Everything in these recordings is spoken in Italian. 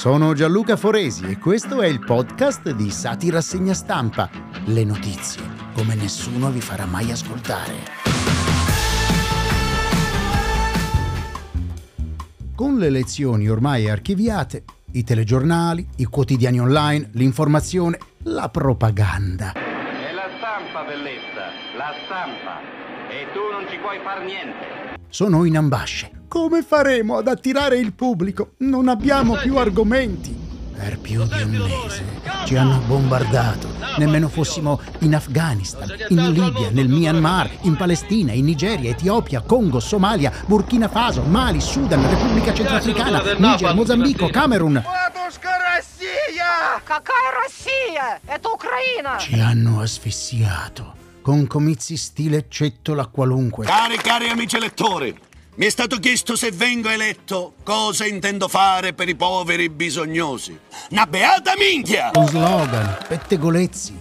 Sono Gianluca Foresi e questo è il podcast di Sati Rassegna Stampa. Le notizie come nessuno vi farà mai ascoltare. Con le elezioni ormai archiviate, i telegiornali, i quotidiani online, l'informazione, la propaganda. È la stampa, bellezza, la stampa. E tu non ci puoi far niente. Sono in ambasce. Come faremo ad attirare il pubblico? Non abbiamo più argomenti. Per più di un mese ci hanno bombardato. Nemmeno fossimo in Afghanistan, in Libia, nel Myanmar, in Palestina, in Nigeria, Etiopia, Congo, Somalia, Burkina Faso, Mali, Sudan, Repubblica Centrafricana, Niger, Mozambico, Camerun. Какая Россия? Это Ucraina! Ci hanno asfissiato con comizi stile Cettola qualunque. Cari amici elettori, mi è stato chiesto se vengo eletto cosa intendo fare per i poveri bisognosi. Una beata minchia! Con slogan, pettegolezzi.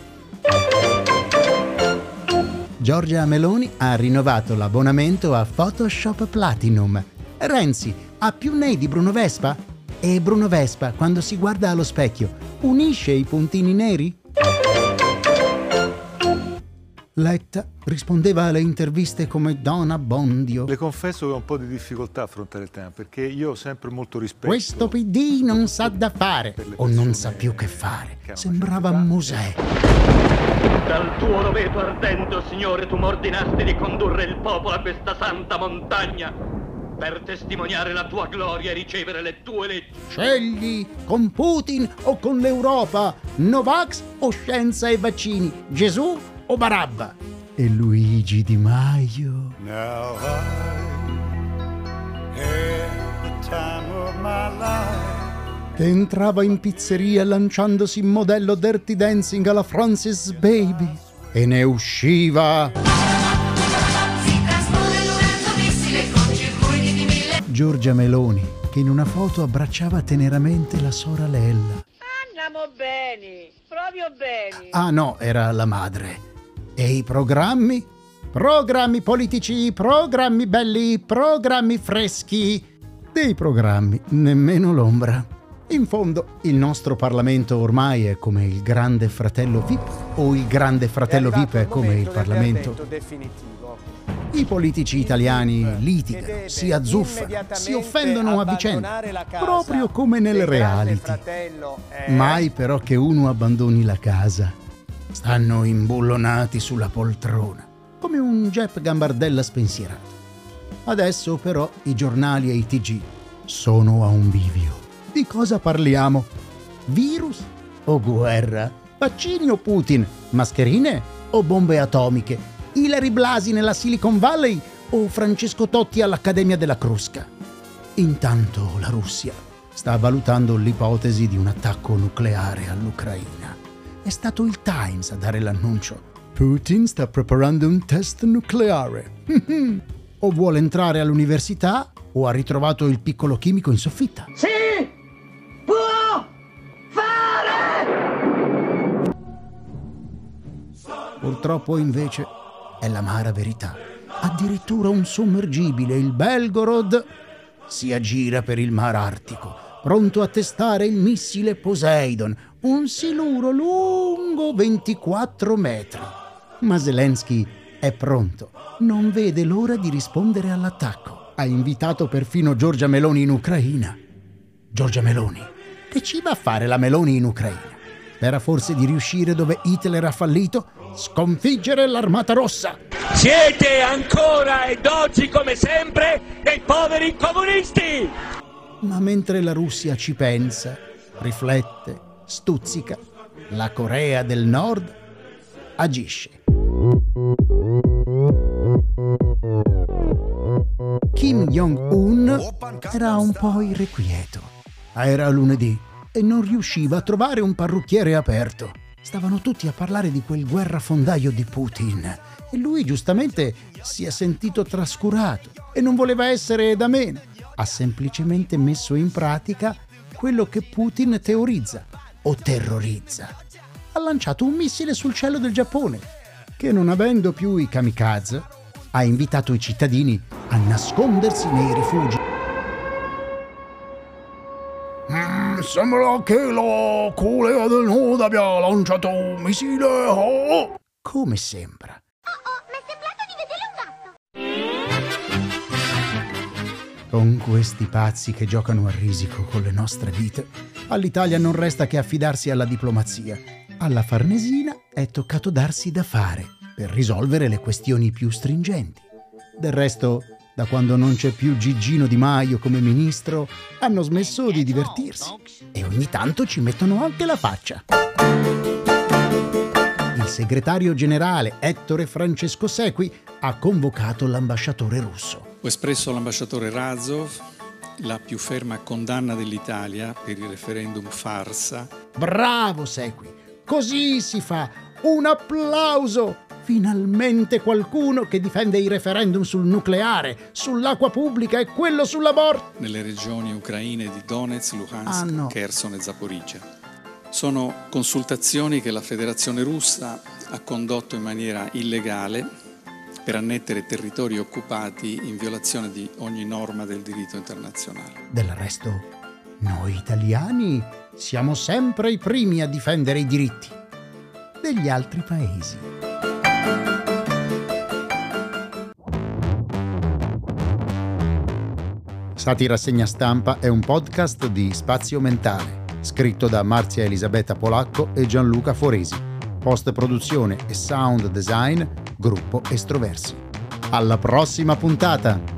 Giorgia Meloni ha rinnovato l'abbonamento a Photoshop Platinum. Renzi ha più nei di Bruno Vespa? E Bruno Vespa, quando si guarda allo specchio, unisce i puntini neri? Letta rispondeva alle interviste come Don Abbondio. Le confesso che ho un po' di difficoltà a affrontare il tema, perché io ho sempre molto rispetto. Questo PD non sa da fare, o non sa più che fare. Sembrava Mosè. Dal tuo roveto ardente, Signore, tu m'ordinasti di condurre il popolo a questa santa montagna per testimoniare la tua gloria e ricevere le tue leggi. Scegli con Putin o con l'Europa, Novax o scienza e vaccini, Gesù o Barabba. E Luigi Di Maio. Now I had the time of my life. Che entrava in pizzeria lanciandosi in modello Dirty Dancing alla Francis Baby. E ne usciva Giorgia Meloni, che in una foto abbracciava teneramente la sorella. Andiamo bene, proprio bene. Ah no, era la madre. E i programmi? Programmi politici, programmi belli, programmi freschi. Dei programmi, nemmeno l'ombra. In fondo, il nostro Parlamento ormai è come il Grande Fratello VIP o il Grande Fratello VIP è come il Parlamento. I politici italiani litigano, si azzuffano, si offendono a vicenda, proprio come nel reality. Mai però che uno abbandoni la casa. Stanno imbullonati sulla poltrona, come un Jep Gambardella spensierato. Adesso però i giornali e i TG sono a un bivio. Di cosa parliamo? Virus o guerra? Vaccini o Putin? Mascherine o bombe atomiche? Hilary Blasi nella Silicon Valley o Francesco Totti all'Accademia della Crusca? Intanto la Russia sta valutando l'ipotesi di un attacco nucleare all'Ucraina. È stato il Times a dare l'annuncio. Putin sta preparando un test nucleare. O vuole entrare all'università o ha ritrovato il piccolo chimico in soffitta. Sì! Può fare! Purtroppo invece è l'amara verità. Addirittura un sommergibile, il Belgorod, si aggira per il Mar Artico, pronto a testare il missile Poseidon, un siluro lungo 24 metri. Ma Zelensky è pronto, non vede l'ora di rispondere all'attacco. Ha invitato perfino Giorgia Meloni in Ucraina. Giorgia Meloni, che ci va a fare la Meloni in Ucraina? Spera forse di riuscire dove Hitler ha fallito? Sconfiggere l'Armata Rossa! Siete ancora ed oggi come sempre dei poveri comunisti! Ma mentre la Russia ci pensa, riflette, stuzzica, la Corea del Nord agisce. Kim Jong-un era un po' irrequieto. Era lunedì e non riusciva a trovare un parrucchiere aperto. Stavano tutti a parlare di quel guerrafondaio di Putin e lui giustamente si è sentito trascurato e non voleva essere da meno. Ha semplicemente messo in pratica quello che Putin teorizza o terrorizza. Ha lanciato un missile sul cielo del Giappone, che non avendo più i kamikaze, ha invitato i cittadini a nascondersi nei rifugi. sembra che la Corea del Nord abbia lanciato un missile. Oh. Come sembra? Mi è sembrato di vedere un gatto. Con questi pazzi che giocano a risico con le nostre vite, all'Italia non resta che affidarsi alla diplomazia. Alla Farnesina è toccato darsi da fare per risolvere le questioni più stringenti. Del resto, da quando non c'è più Gigino Di Maio come ministro, hanno smesso di divertirsi e ogni tanto ci mettono anche la faccia. Il segretario generale Ettore Francesco Sequi ha convocato l'ambasciatore russo. Ho espresso all'ambasciatore Razov la più ferma condanna dell'Italia per il referendum farsa. Bravo Sequi, così si fa! Un applauso! Finalmente qualcuno che difende i referendum sul nucleare, sull'acqua pubblica e quello sull'aborto. Nelle regioni ucraine di Donetsk, Luhansk, Kherson e Zaporizhia. Sono consultazioni che la Federazione Russa ha condotto in maniera illegale per annettere territori occupati in violazione di ogni norma del diritto internazionale. Del resto, noi italiani siamo sempre i primi a difendere i diritti degli altri paesi. Sati Rassegna Stampa è un podcast di Spazio Mentale, scritto da Marzia Elisabetta Polacco e Gianluca Foresi. Post-produzione e sound design, Gruppo Estroversi. Alla prossima puntata!